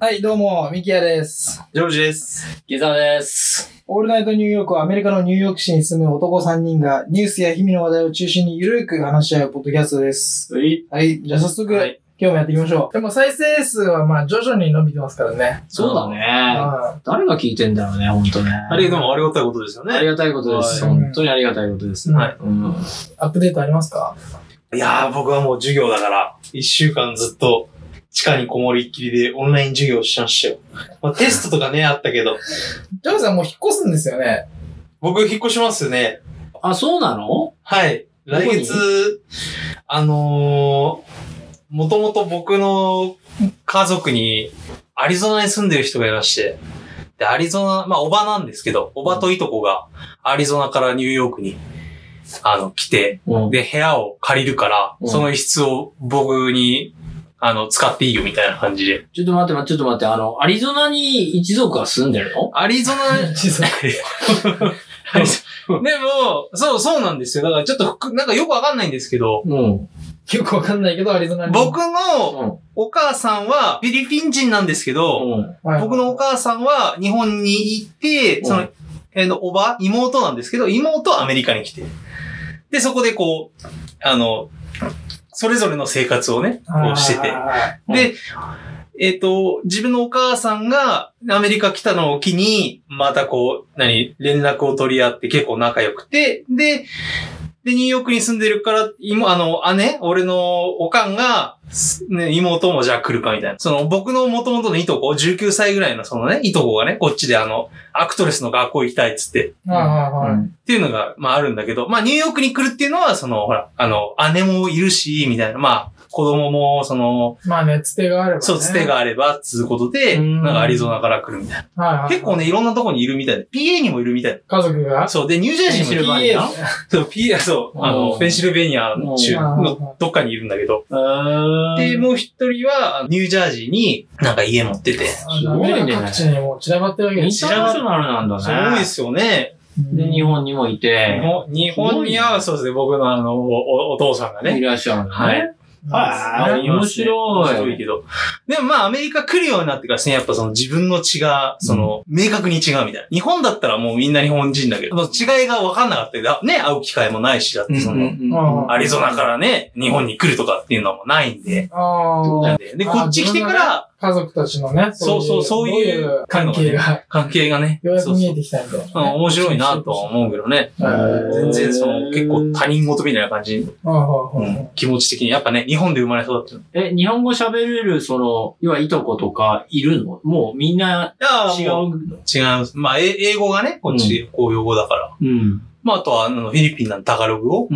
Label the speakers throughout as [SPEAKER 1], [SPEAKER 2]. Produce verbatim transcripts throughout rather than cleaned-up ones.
[SPEAKER 1] はい、どうも、ミキヤです。
[SPEAKER 2] ジョージです。
[SPEAKER 3] ゲザです。
[SPEAKER 1] オールナイトニューヨークはアメリカのニューヨーク市に住む男さんにんがニュースや日々の話題を中心にゆるく話し合うポッドキャストです。
[SPEAKER 3] はい。
[SPEAKER 1] はい、じゃあ早速、はい、今日もやっていきましょう。でも再生数はまあ徐々に伸びてますからね。
[SPEAKER 3] そうだね。うん、誰が聞いてんだろうね、ほんとね。
[SPEAKER 2] あれでもありがたいことですよね。
[SPEAKER 3] ありがたいことです。本当にありがたいことです。はい。
[SPEAKER 1] うん、アップデートありますか？
[SPEAKER 2] いやー、僕はもう授業だから、一週間ずっと、地下にこもりっきりでオンライン授業をしましたよ。まあ、テストとかね、あったけど。
[SPEAKER 1] ジョージさんもう引っ越すんですよね。
[SPEAKER 2] 僕引っ越しますよね。
[SPEAKER 3] あ、そうなの？
[SPEAKER 2] はい。来月、あのー、もともと僕の家族にアリゾナに住んでる人がいまして、で、アリゾナ、まあ、おばなんですけど、おばといとこがアリゾナからニューヨークに、あの、来て、うん、で、部屋を借りるから、うん、その一室を僕に、あの、使っていいよみたいな感じで。
[SPEAKER 3] ちょっと待って、ちょっと待って、あの、アリゾナに一族が住んでるの？
[SPEAKER 2] アリゾナに一族でも、そう、そうなんですよ。だからちょっと、なんかよくわかんないんですけど。
[SPEAKER 1] うん。よくわかんないけど、アリゾナに。
[SPEAKER 2] 僕のお母さんはフィリピン人なんですけど、うんはい、僕のお母さんは日本に行って、その、うん、えー、の、おば、妹なんですけど、妹はアメリカに来て。で、そこでこう、あの、それぞれの生活をね、こうしてて。で、えっと、自分のお母さんがアメリカ来たのを機に、またこう、何、連絡を取り合って結構仲良くて、で、で、ニューヨークに住んでるから、今、あの、姉、俺のおかんが、ね、妹もじゃあ来るかみたいな。その、僕の元々のいとこ、じゅうきゅうさいぐらいのそのね、いとこがね、こっちであの、アクトレスの学校行きたいっつって。
[SPEAKER 1] うん、
[SPEAKER 2] っていうのが、まああるんだけど、まあニューヨークに来るっていうのは、その、ほら、あの、姉もいるし、みたいな、まあ、子供も、その、
[SPEAKER 1] まあね、つてがあれば、ね。
[SPEAKER 2] そう、つてがあれば、つうことで、なんかアリゾナから来るみたいな。はいはいはい、結構ね、いろんなとこにいるみたいで、ピーエー にもいるみたいな。
[SPEAKER 1] 家族が
[SPEAKER 2] そう、で、ニュージャージーも ピーエー そう、ピーエー、そう、あの、ペンシルベニアの中のどっかにいるんだけど。で、もう一人は、ニュージャージーになんか家持ってて。
[SPEAKER 1] すごいね。各地にもう散らばってるわけです。
[SPEAKER 3] インターナショナルなんだね。
[SPEAKER 2] すごいですよね。
[SPEAKER 3] で、日本にもいて。
[SPEAKER 2] 日本には、そうですね、僕のあの、お、お父さんがね。
[SPEAKER 3] いらっしゃるんだね。
[SPEAKER 2] はい。
[SPEAKER 3] はい。面白い。
[SPEAKER 2] 面白いけど。でもまあアメリカ来るようになってからですね、やっぱその自分の血が、その、明確に違うみたいな。日本だったらもうみんな日本人だけど、違いが分かんなかったけど、ね、会う機会もないし、だってその、アリゾナからね、日本に来るとかっていうのもないんで。なんで、で、こっち来てから、
[SPEAKER 1] 家族たちのね、
[SPEAKER 2] そうそう、そういう
[SPEAKER 1] 関係が、
[SPEAKER 2] 関係がね、
[SPEAKER 1] ようやく見えてきたんで。
[SPEAKER 2] 面白いなとは思うけどね。全然その、結構他人事みたいな感じ。気持ち的に。やっぱね、日本で生まれ育ってる。
[SPEAKER 3] え、日本語喋れる、その、要はいとことかいるの？もうみんな違うの？
[SPEAKER 2] 違う。まあ、英語がね、こっち公用語だから。
[SPEAKER 3] うん。
[SPEAKER 2] まあ、あとは、あの、フィリピンのタガログ語。
[SPEAKER 3] うん。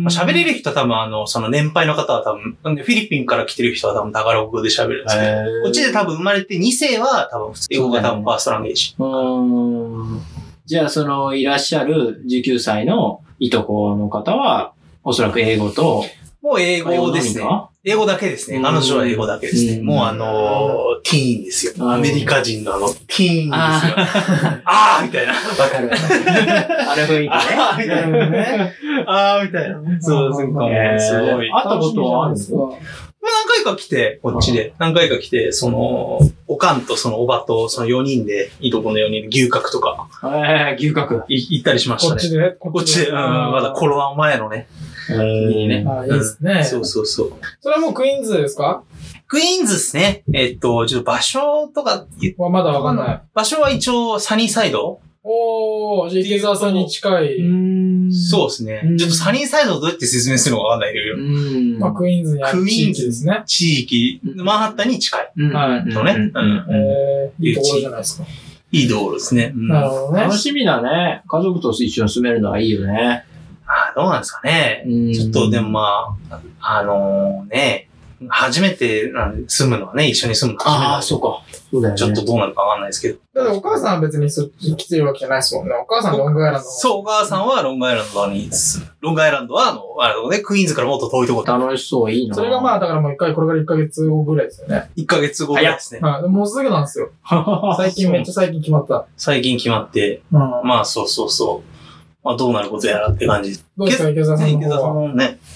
[SPEAKER 2] 喋、まあ、れる人は多分、あの、その年配の方は多分、なんでフィリピンから来てる人は多分タガログ語で喋るんですけど、こっちで多分生まれてに世は多分、英語が多分ファーストランゲージ。
[SPEAKER 3] うん。じゃあ、その、いらっしゃるじゅうきゅうさいのいとこの方は、おそらく英語と、
[SPEAKER 2] もう英語ですね。英語だけですね。彼女は英語だけですね。もうあの、ティーンですよ。アメリカ人のあの、ティーンですよ。あーみたいな。
[SPEAKER 3] わかる。あれ雰囲気ね。
[SPEAKER 2] あーみたいなね。あーみたいな。そう、すごい。
[SPEAKER 3] 会ったことはあるんですか？
[SPEAKER 2] 何回か来て、こっちで。何回か来て、その、おかんとそのおばとそのよにんで、いとこのよにんで牛角とか。
[SPEAKER 3] えー、牛角。
[SPEAKER 2] 行ったりしましたね。
[SPEAKER 1] こっちで
[SPEAKER 2] こっちで、うん、まだコロナ前のね。
[SPEAKER 1] いいね。あ、いいですね。
[SPEAKER 2] そうそうそう。
[SPEAKER 1] それはもうクイーンズですか？
[SPEAKER 2] クイーンズですね。えっと、ちょっと場所とか
[SPEAKER 1] はまだわかんない。
[SPEAKER 2] 場所は一応サニーサイド。
[SPEAKER 1] おー、じゃあ池澤さんに近い。
[SPEAKER 2] そうですね。ちょっとサニーサイドをどうやって説明するのかわかんないけど。
[SPEAKER 1] まあクイーンズにある地域ですね。
[SPEAKER 2] 地域。マンハッタンに近い。はい。のね。
[SPEAKER 1] えー、いいところじゃないですか。
[SPEAKER 2] いいところですね。
[SPEAKER 1] なるほどね。
[SPEAKER 3] 楽しみだね。家族と一緒に住めるのはいいよね。
[SPEAKER 2] あ、どうなんですかね。ちょっとでもまあ、あのね、初めて住むのはね、一緒に住むの初めて。
[SPEAKER 3] ああ、そうか。そうだよね。
[SPEAKER 2] ちょっとどうなるかわかんないですけど。
[SPEAKER 1] だってお母さんは別に来てるわけじゃないですもんね。お母さんロングアイランド。
[SPEAKER 2] そう、お母さんはロングアイランドに住む。ロングアイランドは、あの、あれね、クイーンズからもっと遠いところ。
[SPEAKER 3] 楽しそう、いいな。
[SPEAKER 1] それがまあ、だからもう一回、これからいっかげつごぐらいですよね。
[SPEAKER 2] いっかげつごぐらいですね。
[SPEAKER 1] はい。もうすぐなんですよ。最近、めっちゃ最近決まった。
[SPEAKER 2] 最近決まって。うん、まあ、そうそうそう。まあ、どうなることやらって感じ。
[SPEAKER 1] どうですか、池澤さんの方は。
[SPEAKER 2] 池澤さんもね。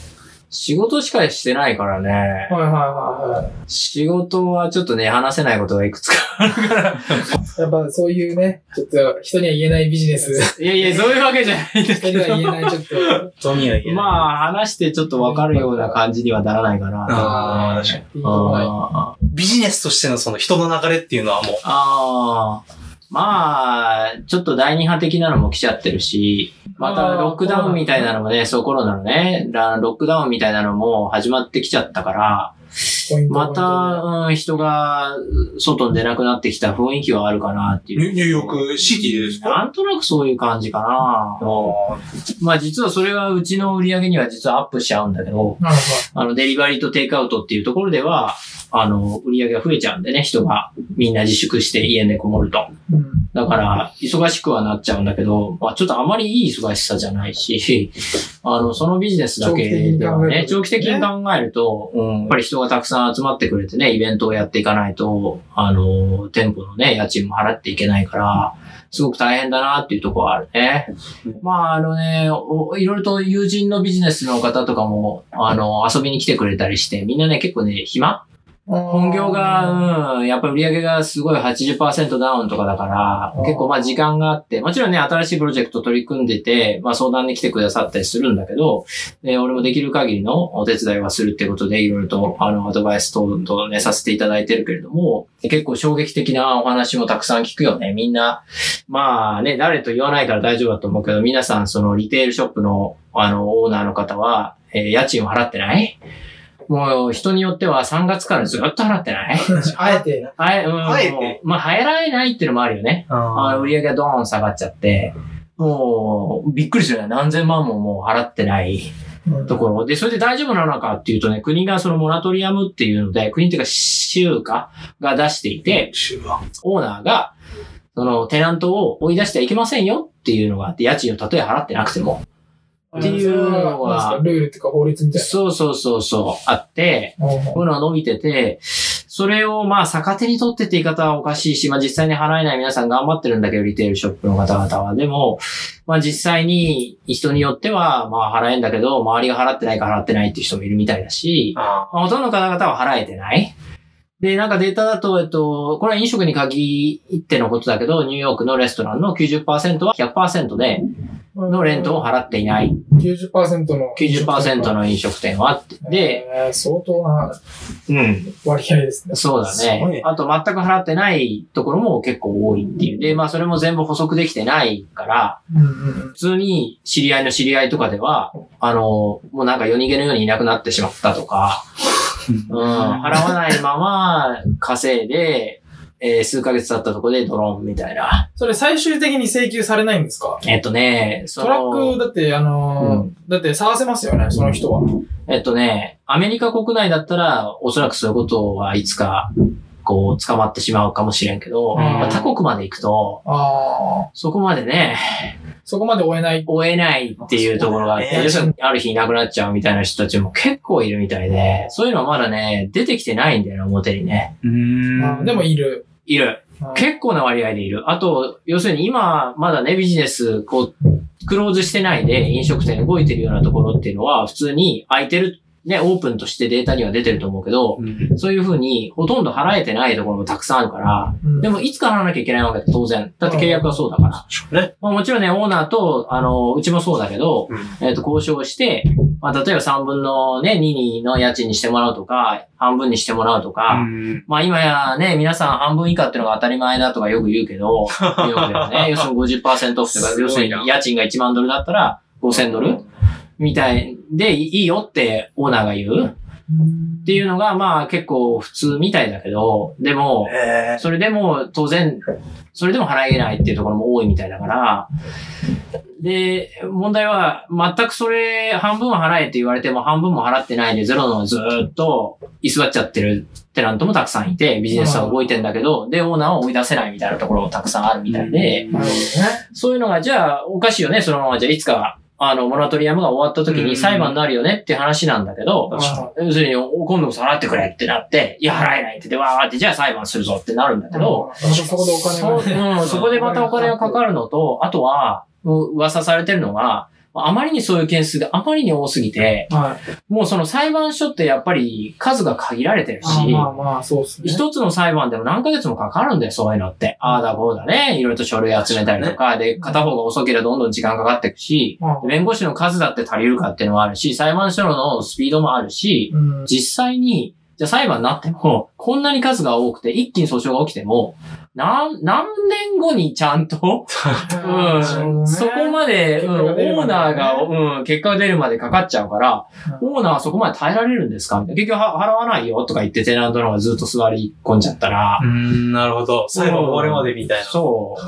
[SPEAKER 3] 仕事しかしてないからね。
[SPEAKER 1] はいはいはいはい。
[SPEAKER 3] 仕事はちょっとね、話せないことがいくつかあるから。
[SPEAKER 1] やっぱそういうね、ちょっと人には言えないビジネス。
[SPEAKER 3] いやいや、そういうわけじゃないんだけど。
[SPEAKER 1] 人には言えない、ちょっと。
[SPEAKER 2] 人には言えない。
[SPEAKER 3] まあ、話してちょっとわかるような感じにはならないかな。
[SPEAKER 2] ああ、確かに。あビジネスとしてのその人の流れっていうのはもう。
[SPEAKER 3] ああ。まあ、ちょっと第二波的なのも来ちゃってるし、またロックダウンみたいなのもね、そうコロナのね、ロックダウンみたいなのも始まってきちゃったから、また、うん、人が外に出なくなってきた雰囲気はあるかなっていう。
[SPEAKER 2] ニューヨークシティでですか？
[SPEAKER 3] なんとなくそういう感じかな。まあ実はそれはうちの売り上げには実はアップしちゃうんだけど、あのデリバリーとテイクアウトっていうところでは、あの、売り上げが増えちゃうんでね、人がみんな自粛して家でこもると。うん、だから、忙しくはなっちゃうんだけど、まあちょっとあまりいい忙しさじゃないし、あの、そのビジネスだけではね、長期的に考えると、うん、やっぱり人がたくさん集まってくれてね、イベントをやっていかないと、あの、店舗のね、家賃も払っていけないから、すごく大変だなっていうところはあるね。まああのね、いろいろと友人のビジネスの方とかも、あの、遊びに来てくれたりして、みんなね、結構ね、暇本業が、うん、やっぱり売り上げがすごい はちじゅっパーセント ダウンとかだから、結構まあ時間があって、もちろんね、新しいプロジェクト取り組んでて、まあ相談に来てくださったりするんだけど、えー、俺もできる限りのお手伝いはするってことで、いろいろと、あの、アドバイス等々ね、させていただいてるけれども、結構衝撃的なお話もたくさん聞くよね。みんな、まあね、誰と言わないから大丈夫だと思うけど、皆さんそのリテールショップの、あの、オーナーの方は、えー、家賃を払ってないもう人によってはさんがつからずっと払ってない
[SPEAKER 1] あえて。
[SPEAKER 3] あえ、うん、あえて。まあ、払えないっていうのもあるよね。ああ売り上げがドーン下がっちゃって、もう、びっくりするよね。何千万ももう払ってないところ。で、それで大丈夫なのかっていうとね、国がそのモラトリアムっていうので、国っていうか州かが出していて、オーナーが、そのテナントを追い出してはいけませんよっていうのがあって、家賃をたとえ払ってなくても。っていうのは、
[SPEAKER 1] ルールっていうか法律みたいな。
[SPEAKER 3] そうそうそうそう、あって、こういうのが伸びてて、それをまあ逆手に取ってって言い方はおかしいし、まあ実際に払えない皆さん頑張ってるんだけど、リテールショップの方々は。でも、まあ実際に人によってはまあ払えんだけど、周りが払ってないか払ってないっていう人もいるみたいだし、まあ、ほとんどの方々は払えてない。で、なんかデータだと、えっと、これは飲食に限ってのことだけど、ニューヨークのレストランの きゅうじゅっパーセント は ひゃくパーセント で、のレントを払っていない。
[SPEAKER 1] きゅうじゅっパーセント の。
[SPEAKER 3] きゅうじゅっパーセント の飲食店はって。で、
[SPEAKER 1] えー、相当な、うん。割合ですね。
[SPEAKER 3] そうだね。あと全く払ってないところも結構多いっていう。で、まあそれも全部補足できてないから、うんうん、普通に知り合いの知り合いとかでは、あの、もうなんか夜逃げのようにいなくなってしまったとか、うん、払わないまま稼いで、えー、数ヶ月経ったところでドローンみたいな。
[SPEAKER 1] それ最終的に請求されないんですか？
[SPEAKER 3] えっとね、
[SPEAKER 1] そのトラック、だって、あのーうん、だって探せますよね、その人は。
[SPEAKER 3] えっとね、アメリカ国内だったら、おそらくそういうことはいつか、こう、捕まってしまうかもしれんけど、まあ、他国まで行くと、あそこまでね、
[SPEAKER 1] そこまで追えない。
[SPEAKER 3] 追えないっていうところがあって、要するにある日いなくなっちゃうみたいな人たちも結構いるみたいで、そういうのはまだね、出てきてないんだよね、表にね。
[SPEAKER 1] うーんでもいる。
[SPEAKER 3] いる。結構な割合でいる。あと、要するに今、まだね、ビジネス、こう、クローズしてないで飲食店動いてるようなところっていうのは、普通に空いてる、ね、オープンとしてデータには出てると思うけど、うん、そういうふうにほとんど払えてないところもたくさんあるから、うん、でもいつか払わなきゃいけないわけで当然。だって契約はそうだから。うんねまあ、もちろんね、オーナーと、あの、うちもそうだけど、うん、えっと、交渉して、まあ、例えばさんぶんのね、にの家賃にしてもらうとか、半分にしてもらうとか、うん、まあ今やね、皆さん半分以下っていうのが当たり前だとかよく言うけど、ニューヨークではね、要するに ごじゅっパーセント オフとか、要するに家賃がいちまんドルだったらごせんドルみたいでいいよってオーナーが言う。っていうのが、まあ結構普通みたいだけど、でも、それでも当然、それでも払えないっていうところも多いみたいだから、で、問題は全くそれ半分は払えって言われても半分も払ってないでゼロのずーっと居座っちゃってるテナントもたくさんいて、ビジネスは動いてんだけど、で、オーナーを追い出せないみたいなところもたくさんあるみたいで、そういうのがじゃあおかしいよね、そのままじゃあいつか、あの、モラトリアムが終わった時に裁判になるよねっていう話なんだけど、要するに、今度こそ払ってくれってなって、いや、払えないって、で、わーって、じゃあ裁判するぞってなるんだけど、
[SPEAKER 1] そこでお金が、
[SPEAKER 3] うん、そこでまたお金がかかるのと、あとは、噂されてるのが、 あまりにそういう件数があまりに多すぎて、はい、もうその裁判所ってやっぱり数が限られてるし、
[SPEAKER 1] あまあまあそうですね。
[SPEAKER 3] 一つの裁判でも何ヶ月もかかるんだよ、そういうのって。ああだこうだね、いろいろと書類集めたりとか、で、片方が遅ければどんどん時間かかっていくし、弁護士の数だって足りるかっていうのもあるし、裁判所のスピードもあるし、うん、実際に、じゃあ裁判になっても、こんなに数が多くて、一気に訴訟が起きても、何、何年後にちゃんと、うん、そこまで、うん、オーナーが、うん、結果が出るまでかかっちゃうから、うん、オーナーはそこまで耐えられるんですか結局は払わないよとか言ってテナントの方がずっと座り込んじゃったら。
[SPEAKER 2] うーん、なるほど。最後終わるまでみたいな。
[SPEAKER 3] そう。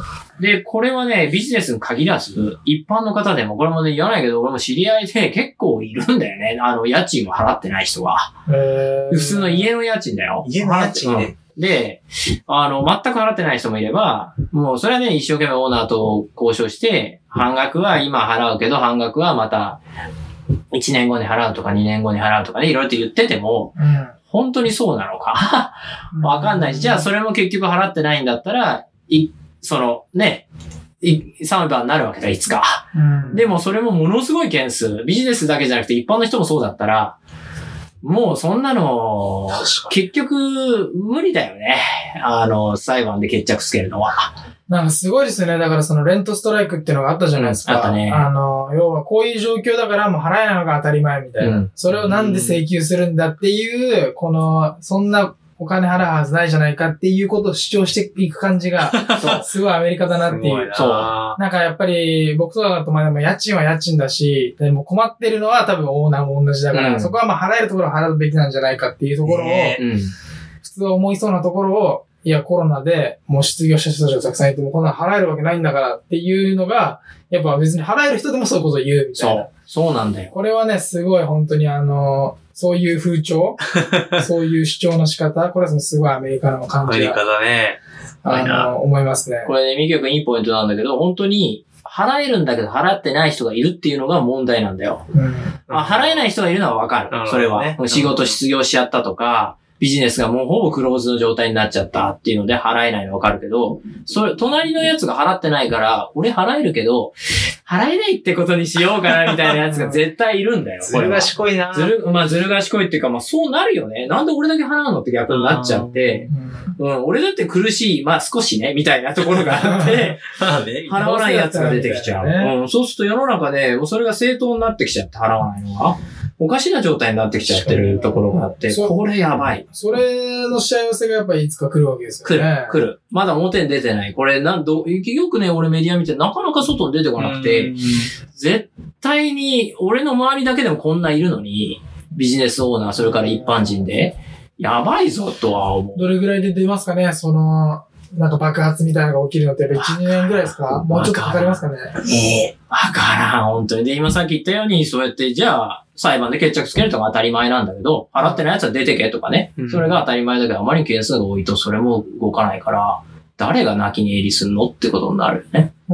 [SPEAKER 3] で、これはね、ビジネスに限らず、一般の方でも、これもね、言わないけど、俺も知り合いで結構いるんだよね。あの、家賃を払ってない人が。普通の家の家賃だよ。
[SPEAKER 2] 家の家賃ね。
[SPEAKER 3] で、あの、全く払ってない人もいれば、もうそれはね、一生懸命オーナーと交渉して、半額は今払うけど、半額はまた、いちねんごに払うとかにねんごに払うとかね、いろいろと言ってても、うん、本当にそうなのかわかんないし、じゃあそれも結局払ってないんだったら、い、その、ね、い、裁判になるわけだ、いつか。うん、でもそれもものすごい件数、ビジネスだけじゃなくて一般の人もそうだったら、もうそんなの、結局無理だよね。あの、裁判で決着つけるのは。
[SPEAKER 1] なんかすごいですよね。だからそのレントストライクっていうのがあったじゃないですか。
[SPEAKER 3] うん、あったね。
[SPEAKER 1] あの、要はこういう状況だからもう払えないのが当たり前みたいな。うん、それをなんで請求するんだっていう、この、そんなお金払うはずないじゃないかっていうことを主張していく感じが、すごいアメリカだなっていう。
[SPEAKER 3] そう。
[SPEAKER 1] なんかやっぱり僕とかだとまあでも家賃は家賃だし、でも困ってるのは多分オーナーも同じだから、うん、そこはまあ払えるところは払うべきなんじゃないかっていうところを、ね、普通は思いそうなところを、いやコロナでもう失業した人たちがたくさんいてもこんな払えるわけないんだからっていうのが、やっぱ別に払える人でもそういうことを言うみたいな。
[SPEAKER 3] そう。そうなんだよ。
[SPEAKER 1] これはね、すごい本当にあの、そういう風潮そういう主張の仕方これはすごいアメリカの感じが。
[SPEAKER 2] アメリカだね。
[SPEAKER 1] あの、思いますね。
[SPEAKER 3] これね、ミキヤ君いいポイントなんだけど、本当に、払えるんだけど払ってない人がいるっていうのが問題なんだよ。うん、あ払えない人がいるのはわかる。それは。ね、仕事失業しちゃったとか、ビジネスがもうほぼクローズの状態になっちゃったっていうので払えないのわかるけど、それ、隣のやつが払ってないから、俺払えるけど、払えないってことにしようかなみたいなやつが絶対いるんだよ。
[SPEAKER 2] ずる賢いな。
[SPEAKER 3] ずる、まあずる賢いっていうか、まあそうなるよね。なんで俺だけ払うのって逆になっちゃって、うん、俺だって苦しい、まあ少しね、みたいなところがあって、払わないやつが出てきちゃう。うん、そうすると世の中で、もうそれが正当になってきちゃって払わないのが。おかしな状態になってきちゃってるところがあって、これやばい。
[SPEAKER 1] それの幸せがやっぱりいつか来るわけですよね。
[SPEAKER 3] 来る、来る。まだ表に出てない。これ、なんど、よくね、俺メディア見てなかなか外に出てこなくて、絶対に、俺の周りだけでもこんないるのに、ビジネスオーナー、それから一般人で、やばいぞとは思う。
[SPEAKER 1] どれぐらいで出ますかね、その、なんか爆発みたいなのが起きるのってやっぱいち、にねんぐらいですか？もうちょっとかかりますかね？
[SPEAKER 3] ええー、わからん、本当に。で、今さっき言ったように、そうやって、じゃあ、裁判で決着つけるのが当たり前なんだけど、払ってないやつは出てけとかね。うん、それが当たり前だけど、あまりに件数が多いと、それも動かないから、誰が泣き寝入りすんのってことになるよね。うん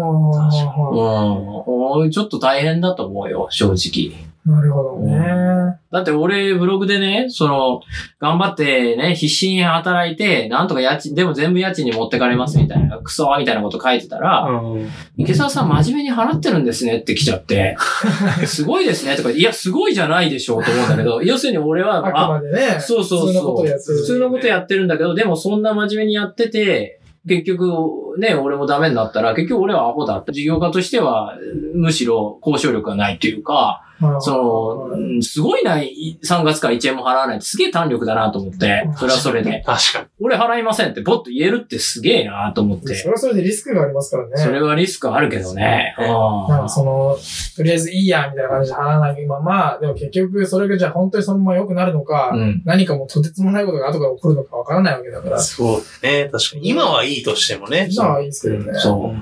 [SPEAKER 3] 。ちょっと大変だと思うよ、正直。
[SPEAKER 1] なるほどね。
[SPEAKER 3] だって俺、ブログでね、その、頑張ってね、必死に働いて、なんとか家賃、でも全部家賃に持ってかれますみたいな、クソみたいなこと書いてたら、うん、池澤さん真面目に払ってるんですねって来ちゃって、すごいですねとか、いや、すごいじゃないでしょうと思うんだけど、要するに俺は、
[SPEAKER 1] あくまでね、
[SPEAKER 3] そうそうそう。普通のことやってるんだけど、でもそんな真面目にやってて、結局、ね、俺もダメになったら、結局俺はアホだ。事業家としては、むしろ交渉力がないというか、その、すごいな、さんがつからいちえんも払わないってすげえ胆力だなと思って、それはそれで。
[SPEAKER 2] 確かに。
[SPEAKER 3] 俺払いませんってボッと言えるってすげえなと思って。
[SPEAKER 1] それはそれでリスクがありますからね。
[SPEAKER 3] それはリスクあるけどね。
[SPEAKER 1] なんかその、とりあえずいいや、みたいな感じで払わないまま、でも結局それがじゃあ本当にそのまま良くなるのか、うん、何かもうとてつもないことが後から起こるのかわからないわけだから。
[SPEAKER 2] そうね、確かに。今はいいとしてもね。
[SPEAKER 1] 今はいいですけどね。
[SPEAKER 3] そう。うん、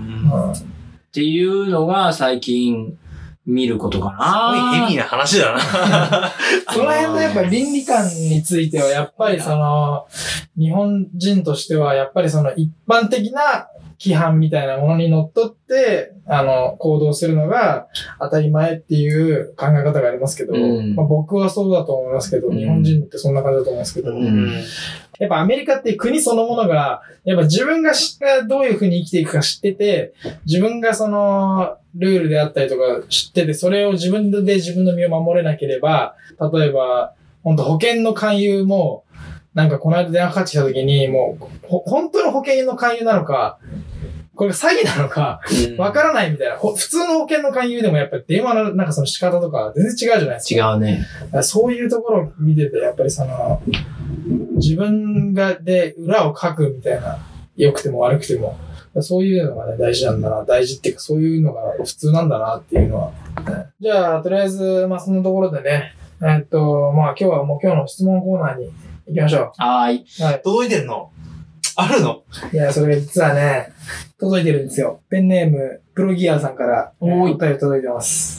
[SPEAKER 3] っていうのが最近、見ることかな。
[SPEAKER 2] すごいヘビーな話だな。
[SPEAKER 1] その辺のやっぱり倫理観については、やっぱりその、日本人としては、やっぱりその一般的な規範みたいなものにのっとって、あの、行動するのが当たり前っていう考え方がありますけど、うん、まあ、僕はそうだと思いますけど、うん、日本人ってそんな感じだと思いますけど、うん、 やっぱアメリカって国そのものが、やっぱ自分がどういう風に生きていくか知ってて、自分がそのルールであったりとか知ってて、それを自分で自分の身を守れなければ、例えば、本当保険の勧誘も、なんかこの間電話かかってきた時に、もう、本当の保険の勧誘なのか、これ詐欺なのか、わからないみたいな。普通の保険の勧誘でもやっぱり電話のなんかその仕方とか全然違うじゃないですか。
[SPEAKER 3] 違うね。
[SPEAKER 1] そういうところを見てて、やっぱりその、自分がで裏を書くみたいな、良くても悪くても、そういうのがね、大事なんだな。大事っていうか、そういうのが普通なんだなっていうのは。じゃあ、とりあえず、まあそのところでね、えっと、まあ今日はもう今日の質問コーナーに行きましょ
[SPEAKER 3] う。はーい。
[SPEAKER 2] はい。届いてるの？あるの？
[SPEAKER 1] いや、それが実はね、届いてるんですよ。ペンネーム、プロギアさんから、お便り届いてます。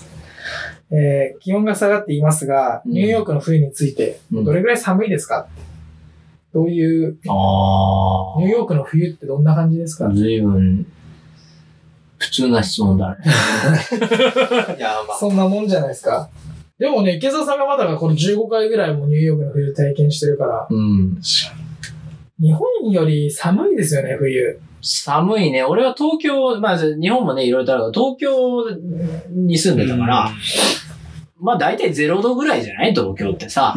[SPEAKER 1] えー、気温が下がっていますが、ニューヨークの冬について、どれぐらい寒いですか？うん、どういう、あニューヨークの冬ってどんな感じですか？
[SPEAKER 3] 随分、普通な質問だね。
[SPEAKER 1] いや、まあ。そんなもんじゃないですか。でもね、池澤さんがまだこれじゅうごかいぐらいもニューヨークの冬体験してるから、うん、日本より寒いですよね、冬。
[SPEAKER 3] 寒いね。俺は東京、まあ日本もね、いろいろとあるけど、東京に住んでたから、まあ大体ゼロどぐらいじゃない東京ってさ。
[SPEAKER 2] うん、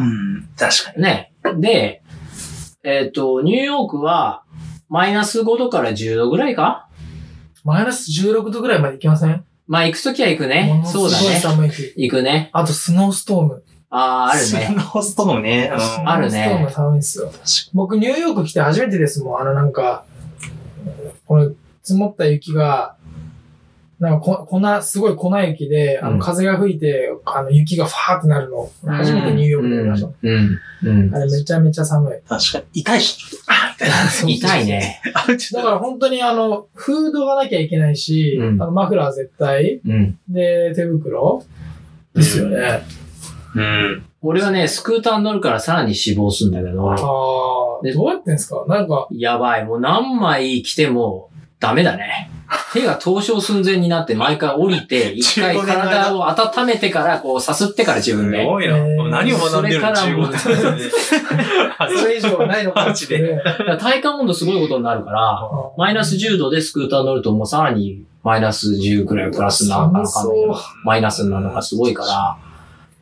[SPEAKER 2] 確かに。
[SPEAKER 3] ね。で、えっと、ニューヨークは、マイナスごどからじゅうどぐらいか？
[SPEAKER 1] マイナスじゅうろくどぐらいまで行きません？
[SPEAKER 3] まあ行くときは行くね。そうだね。
[SPEAKER 1] すごい寒い日。
[SPEAKER 3] 行くね。
[SPEAKER 1] あとスノーストーム。
[SPEAKER 3] ああ、あるね。
[SPEAKER 2] スノーストームね。
[SPEAKER 3] うん、あるね。
[SPEAKER 1] スノーストーム寒いんですよ。僕ニューヨーク来て初めてですもん。あのなんか、この積もった雪が、なんかこ粉、すごい粉雪で、あの風が吹いて、うん、あの雪がファーってなるの。初めてニューヨークで見ました。うん。うん。あれめちゃめちゃ寒い。
[SPEAKER 2] 確かに。痛いし。あ、
[SPEAKER 3] 痛い。痛いね。
[SPEAKER 1] だから本当にあの、フードがなきゃいけないし、うん、あのマフラー絶対。うん。で、手袋ですよね。
[SPEAKER 3] うん。うん、俺はね、スクーターに乗るからさらに死亡するんだけど。あ
[SPEAKER 1] あ。で、どうやってんすか？なんか。
[SPEAKER 3] やばい。もう何枚着てもダメだね。手が凍傷寸前になって毎回降りて、一回体を温めてから、こう、さすってから自分で。
[SPEAKER 2] すごいな。何を学んでるの？
[SPEAKER 3] それからもう、
[SPEAKER 1] それ以上はないのかもしれない。
[SPEAKER 3] 体感温度すごいことになるから、マイナスじゅうどでスクーター乗るともうさらにマイナスじゅうくらいプラスになるのかわかんないけど、マイナスになるのがすごいから、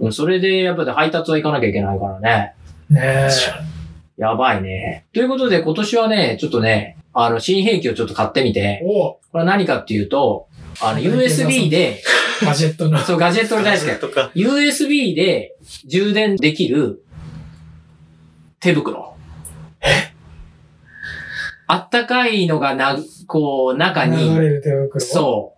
[SPEAKER 3] それでやっぱり配達は行かなきゃいけないからね。
[SPEAKER 1] ねえ。
[SPEAKER 3] やばいね。ということで今年はね、ちょっとね、あの、新兵器をちょっと買ってみて、これは何かっていうと、あの、ユーエスビー で、
[SPEAKER 1] ガジェットの。
[SPEAKER 3] そう、ガジェットの大好き。ユーエスビー で充電できる手袋。
[SPEAKER 1] え？
[SPEAKER 3] あったかいのがな、こう、中に。
[SPEAKER 1] 流れる手袋。
[SPEAKER 3] そう。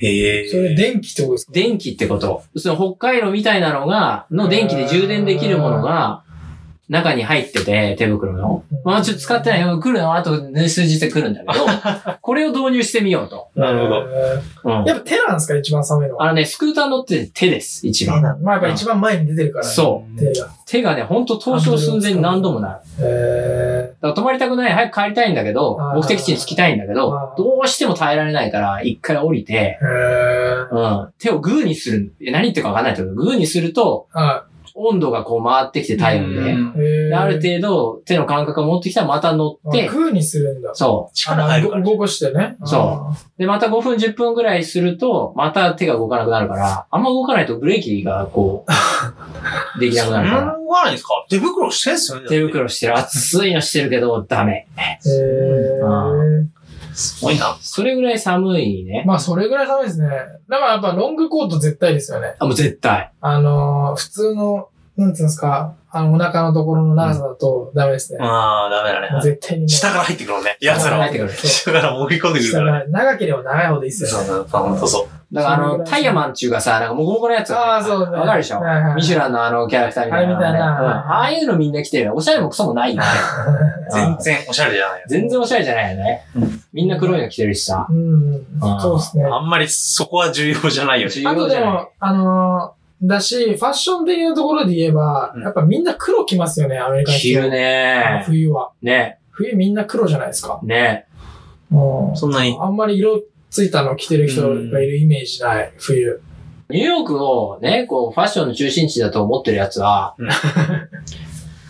[SPEAKER 2] へえ。
[SPEAKER 1] それ電気ってことですか？
[SPEAKER 3] 電気ってこと。その北海道みたいなのが、の電気で充電できるものが、中に入ってて、手袋の。まあちょっと使ってないよ。来るのあと数日で来るんだけど、これを導入してみようと。
[SPEAKER 2] なるほど。
[SPEAKER 1] うん、やっぱ手なんですか？一番寒いのは。
[SPEAKER 3] あのね、スクーター乗って手です。一番。
[SPEAKER 1] まあやっぱ一番前に出てるから、ね。
[SPEAKER 3] そう。手が。手がね、ほんと凍傷寸前に何度もなる。
[SPEAKER 1] へ
[SPEAKER 3] だから泊まりたくない、早く帰りたいんだけど、目的地に着きたいんだけど、どうしても耐えられないから、一回降りて、うん、手をグーにする。何言ってるか分かんないけど、グーにすると、温度がこう回ってきて体温で。で、ある程度手の感覚が持ってきたらまた乗って。
[SPEAKER 1] グーにするんだ。
[SPEAKER 3] そう。
[SPEAKER 2] 力入るから。
[SPEAKER 1] 動かしてね。
[SPEAKER 3] そう。で、またごふんじゅっぷんぐらいすると、また手が動かなくなるから、あんま動かないとブレーキがこう、できなくなるから。
[SPEAKER 2] そんな動かないんですか？手袋してんすよね。
[SPEAKER 3] 手袋してる。熱いのしてるけど、ダメ。
[SPEAKER 1] へー。
[SPEAKER 2] すごいな。
[SPEAKER 3] それぐらい寒いね。
[SPEAKER 1] まあ、それぐらい寒いですね。だからやっぱロングコート絶対ですよね。
[SPEAKER 3] あ、もう絶対。
[SPEAKER 1] あのー、普通の、なんていうんですか、あの、お腹のところの長さだとダメですね。
[SPEAKER 2] うん、ああ、ダメだね。
[SPEAKER 1] 絶対に。
[SPEAKER 2] 下から入ってくるのね。奴らは。下から潜り込んでくるから、ね。
[SPEAKER 1] 長ければ長いほどいいっすよね。
[SPEAKER 2] そうそう、ほんとそう。
[SPEAKER 3] だからあの、タイヤマンチューがさ、なんかモコモコのやつ。
[SPEAKER 1] ああ、そうね。
[SPEAKER 3] わかるでしょ、はいはい、ミシュランのあのキャラクターみたいな、ね。
[SPEAKER 1] あれみたいな、
[SPEAKER 3] うん。ああいうのみんな着てるよ。おしゃれもクソもないよね。
[SPEAKER 2] 全然おしゃれじゃないよ。
[SPEAKER 3] 全然おしゃれじゃないよね。うん、みんな黒いの着てるしさ。
[SPEAKER 1] うん。うん、そうですね。
[SPEAKER 2] あんまりそこは重要じゃないよね。
[SPEAKER 1] あとでも、あのー、だし、ファッション的なところで言えば、うん、やっぱみんな黒着ますよね、アメリカの人。
[SPEAKER 3] 着るね。
[SPEAKER 1] 冬は。
[SPEAKER 3] ね。
[SPEAKER 1] 冬みんな黒じゃないですか。
[SPEAKER 3] ね。
[SPEAKER 1] うん。
[SPEAKER 2] そんなに。
[SPEAKER 1] あんまり色ついたの着てる人がいるイメージない、冬。
[SPEAKER 3] ニューヨークをね、こう、ファッションの中心地だと思ってるやつは、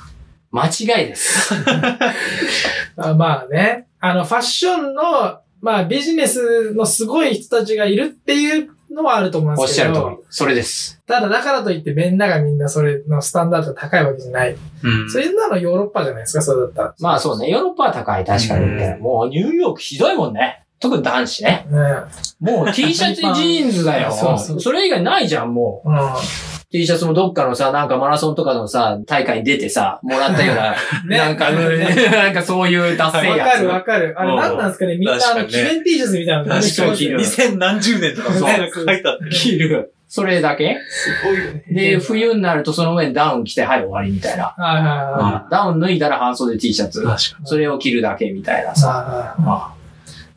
[SPEAKER 3] 間違いです。
[SPEAKER 1] あまあね。あの、ファッションの、まあビジネスのすごい人たちがいるっていうのはあると思いますけど。
[SPEAKER 3] おっしゃる通り。それです。
[SPEAKER 1] ただだからといってみんながみんなそれのスタンダードが高いわけじゃない。うん。そういうのはヨーロッパじゃないですか、そうだったら。
[SPEAKER 3] まあそうね。ヨーロッパは高い。確かに、ね。うん、もうニューヨークひどいもんね。特に男子ね。うん、もう T シャツにジーンズだよ。そうそう。それ以外ないじゃん、もう。うん。T シャツもどっかのさ、なんかマラソンとかのさ、大会に出てさ、もらったような、ね、なんか、なんかそういう達成やつ。
[SPEAKER 1] わかるわかる。あれ何なんですかね、みんなあの、記念 T シャツみたいなの
[SPEAKER 2] 確かに着る。にせん何十年とかね、書いてあって。
[SPEAKER 3] 着る。それだけ
[SPEAKER 2] すごいよね。
[SPEAKER 3] で、冬になるとその上にダウン着て、はい、終わりみたいな。はいはいはい。ダウン脱いだら半袖 T シャツ。確かに。それを着るだけみたいなさ。はいはい。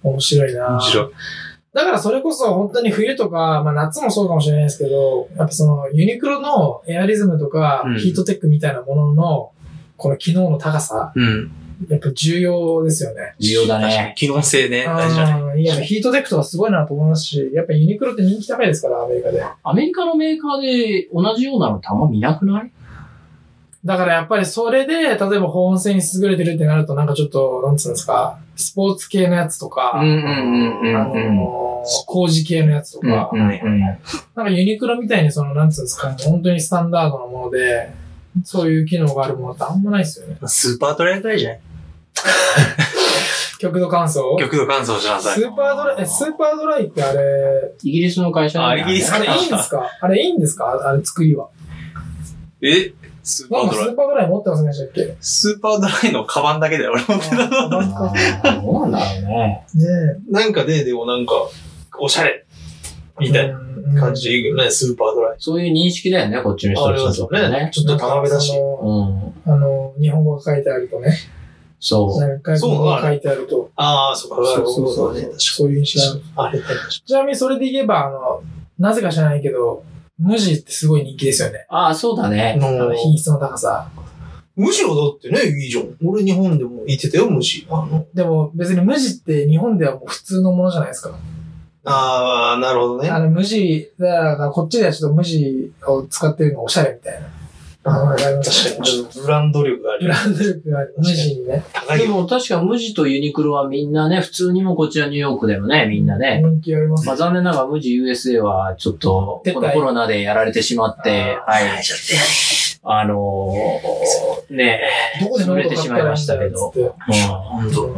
[SPEAKER 1] 面白いな面白い。だからそれこそ本当に冬とか、まあ夏もそうかもしれないですけど、やっぱそのユニクロのエアリズムとか、うん、ヒートテックみたいなものの、この機能の高さ、うん、やっぱ重要ですよね。
[SPEAKER 3] 重要だね。
[SPEAKER 2] 機能性ね、大事だね。
[SPEAKER 1] いや、ヒートテックとかすごいなと思いますし、やっぱユニクロって人気高いですから、アメリカで。
[SPEAKER 3] アメリカのメーカーで同じようなのってあんま見なくない？
[SPEAKER 1] だからやっぱりそれで、例えば保温性に優れてるってなると、なんかちょっと、なんつうんですか、スポーツ系のやつとか、あの、工事系のやつとか、うんうんうん、なんかユニクロみたいにその、なんつうんですか、本当にスタンダードなもので、そういう機能があるものってあんまないですよね。
[SPEAKER 2] スーパードライぐらいじゃない？
[SPEAKER 1] 極度乾燥？
[SPEAKER 2] 極度乾燥しなさい。
[SPEAKER 1] スーパードライ、え、スーパードライってあれ、
[SPEAKER 3] イギリスの会社
[SPEAKER 2] あれ、イギリス
[SPEAKER 1] あれいいんですか？あれいいんですか？あれ作りは。
[SPEAKER 2] えスーパードライ。
[SPEAKER 1] スーパードライ持ってませんでしたっけ？
[SPEAKER 2] スーパードライのカバンだけだよ、俺持ってたの。カバンか。
[SPEAKER 3] どうなんだろうね。
[SPEAKER 1] ね
[SPEAKER 2] え。なんかね、でもなんか、おしゃれみたいな感じで言うけどね、スーパードライ。
[SPEAKER 3] そういう認識だよね、こっちの人たち
[SPEAKER 2] とね。ちょっと田辺だし。
[SPEAKER 1] うん。あの、日本語が書いてあるとね。
[SPEAKER 3] そう。
[SPEAKER 1] なんか外国語が書いてあると。
[SPEAKER 2] ああ、そうか。
[SPEAKER 1] そうそうそう。そういう印象ある。ちなみにそれで言えば、あの、なぜか知らないけど、無地ってすごい人気ですよね。
[SPEAKER 3] ああ、そうだね。
[SPEAKER 1] あの品質の高さ。
[SPEAKER 2] 無地はだってね、いいじゃん。俺日本でも言ってたよ、無地。あの
[SPEAKER 1] でも別に無地って日本ではもう普通のものじゃないですか。
[SPEAKER 2] ああ、なるほどね。
[SPEAKER 1] あの無地、だからこっちではちょっと無地を使ってるのおしゃれみたいな。
[SPEAKER 2] ああ、確かに。ブランド力がある。
[SPEAKER 1] ブランド力がある。無地にね。
[SPEAKER 3] でも確か無地とユニクロはみんなね、普通にもこちらニューヨークでもね、みんなね。
[SPEAKER 1] 人気あります。
[SPEAKER 3] まあ残念ながら無地 ユーエスエー はちょっと、このコロナでやられてしまって、はい。あのー、ね、
[SPEAKER 1] どこで
[SPEAKER 3] 売れてしまいましたけど。うん、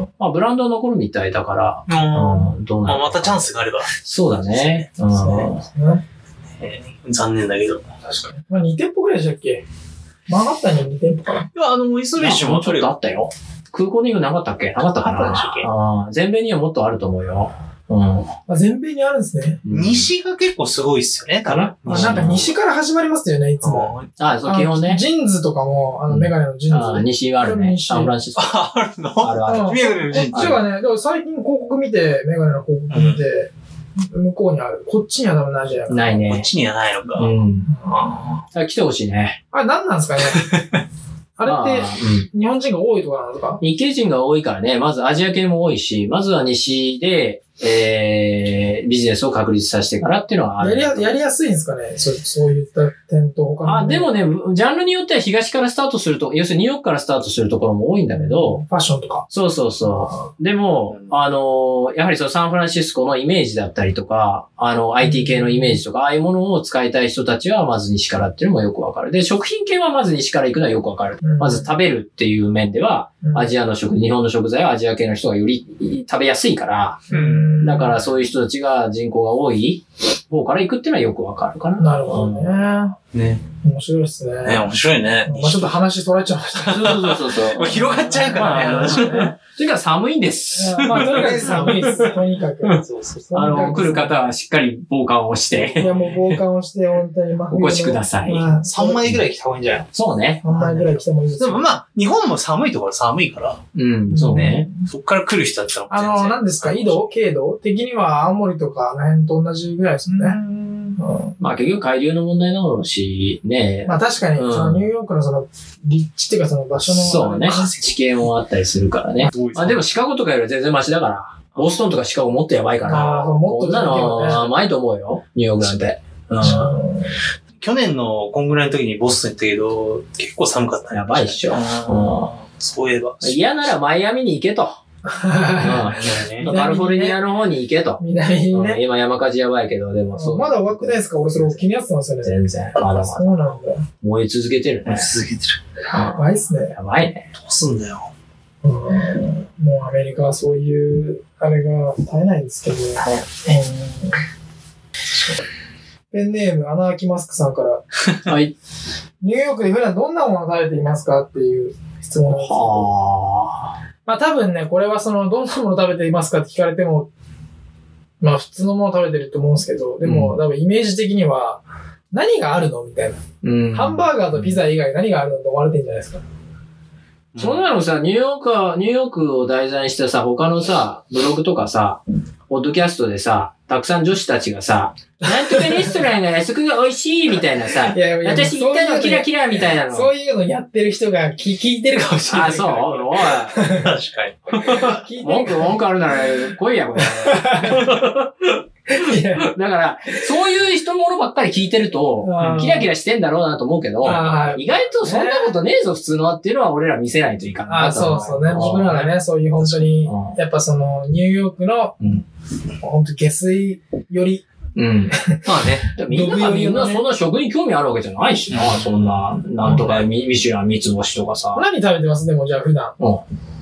[SPEAKER 3] まあブランドは残るみたいだから、
[SPEAKER 2] うん、どうなるまたチャンスがあれば。
[SPEAKER 3] そうだね。うん
[SPEAKER 2] えー、残念だけど。
[SPEAKER 1] 確かに。まあに店舗ぐらいでしたっけ？マンハッタンにに店舗かな。
[SPEAKER 2] いや、あの、イソレーション
[SPEAKER 3] もちょっとあったよ。空港になかったっけ？なかったかな。ああ、全米にはもっとあると思うよ。うん。
[SPEAKER 1] まあ、全米にあるんですね。
[SPEAKER 2] 西が結構すごいっすよね、多分。
[SPEAKER 1] まあ、なんか西から始まりますよね、いつも。
[SPEAKER 3] ああ、そう、基本ね。
[SPEAKER 1] ジーンズとかも、あの、メガネのジーンズ。
[SPEAKER 3] ああ、西があるね。サンフランシスコ。
[SPEAKER 2] あ、あるの
[SPEAKER 3] あるある。
[SPEAKER 2] メガネのジーンズ。
[SPEAKER 1] こっちはね、でも最近広告見て、メガネの広告見て、向こうにある。こっちには多分ないじゃないかな。
[SPEAKER 3] ないね。
[SPEAKER 2] こっちにはないのか。
[SPEAKER 3] うん。ああ。来てほしいね。
[SPEAKER 1] あれ何なんですかね。あれって、日本人が多いとかなのか？
[SPEAKER 3] 日系人が多いからね、まずアジア系も多いし、まずは西で、えー、ビジネスを確立させてからっていうのはある。
[SPEAKER 1] やりや、やりやすいんですかね？そそういった点と他の。
[SPEAKER 3] あ、でもね、ジャンルによっては東からスタートすると、要するにニューヨークからスタートするところも多いんだけど。
[SPEAKER 1] ファッションとか。
[SPEAKER 3] そうそうそう。でも、うん、あの、やはりそのサンフランシスコのイメージだったりとか、あの、アイティー 系のイメージとか、ああいうものを使いたい人たちはまず西からっていうのもよくわかる。で、食品系はまず西から行くのはよくわかる。うん、まず食べるっていう面では、うん、アジアの食、日本の食材はアジア系の人がより食べやすいから、うん、だからそういう人たちが人口が多い方から行くっていうのはよくわかるかな。
[SPEAKER 1] なるほどね。うん、ね。面白いですね。
[SPEAKER 2] ね、面白いね。
[SPEAKER 1] まあちょっと話取られちゃいました。
[SPEAKER 3] そうそうそうそう。
[SPEAKER 2] 広がっちゃうからね、話ね。
[SPEAKER 3] とにかく寒いんです。
[SPEAKER 1] まあとにかく寒いです。とにかく。
[SPEAKER 3] そうそう。あの、来る方はしっかり防寒をして。
[SPEAKER 1] いや、もう防寒をして、本当に真冬
[SPEAKER 3] お越しください。
[SPEAKER 2] さんまいぐらい着た方がいいんじゃない
[SPEAKER 3] そうね。
[SPEAKER 1] さんまいぐらい着てもいいです。
[SPEAKER 2] でもまあ、日本も寒いところ寒いから。
[SPEAKER 3] うん、そうね。
[SPEAKER 2] そっから来る人だったら。
[SPEAKER 1] あの、何ですか、緯度経度的には青森とかあの辺と同じぐらいですよね。
[SPEAKER 3] まあ結局海流の問題なのし、ね。
[SPEAKER 1] まあ確かに、そのニューヨークのその立地っていうかその場所の。
[SPEAKER 3] そうね。地形もあったりするからね。まあでもシカゴとかよりは全然マシだから。ボストンとかシカゴもっとやばいから。
[SPEAKER 1] ああ、もっと
[SPEAKER 3] こんなの甘いと思うよ。ニューヨークなんて。うん。
[SPEAKER 2] 去年のこんぐらいの時にボストン行ったけど、結構寒かったね。
[SPEAKER 3] やばいっしょ。うん、
[SPEAKER 2] そういえば。
[SPEAKER 3] 嫌ならマイアミに行けと。うん、カリフォルニアの方に行けと。
[SPEAKER 1] 南にね、
[SPEAKER 3] うん。今山火事やばいけど、でもそう。
[SPEAKER 1] まだ終わってないですか？俺それ気になってたんですよね。
[SPEAKER 3] 全然。まだまだ。
[SPEAKER 1] そうなんだ。
[SPEAKER 3] 燃え続けてるね。
[SPEAKER 2] 燃え続けてる。
[SPEAKER 1] やばいっすね。
[SPEAKER 3] やばいね。
[SPEAKER 2] どうすんだよ。
[SPEAKER 1] うん、もうアメリカはそういう、あれが絶えないんですけど。はい。ペンネーム、アナーキマスクさんから。
[SPEAKER 3] はい。
[SPEAKER 1] ニューヨークで普段どんなものを食べていますかっていう質問なんですけど。はあ。まあ多分ね、これはその、どんなもの食べていますかって聞かれても、まあ普通のもの食べてると思うんですけど、でも、うん、多分イメージ的には、何があるのみたいな、うん。ハンバーガーとピザ以外何があるのと思われてるんじゃないですか。
[SPEAKER 3] そんなのさ、ニューヨークは、ニューヨークを題材にしたさ、他のさ、ブログとかさ、ポッドキャストでさ、たくさん女子たちがさ、なんとかレストランが安くが美味しいみたいなさ、いやいや私行ったのキラキラみたいなの。
[SPEAKER 1] そういうのやってる人が聞聞いてるかもしれない。
[SPEAKER 3] あ、そうおい。
[SPEAKER 2] 確か
[SPEAKER 3] に。文句、文句あるなら来いや、これ。いやだから、そういう人物ばっかり聞いてると、キラキラしてんだろうなと思うけど、意外とそんなことねえぞ、普通のっていうのは俺ら見せないといいかな。
[SPEAKER 1] あ、そうそうね。僕らがね、そういう本当に、やっぱその、ニューヨークの、本当下水より、
[SPEAKER 3] うん。まあね。みんながみんなそんな食に興味あるわけじゃないしな、そんな、なんとかミシュラン三つ星とかさ。
[SPEAKER 1] 何食べてますでも、じゃあ普段。うん。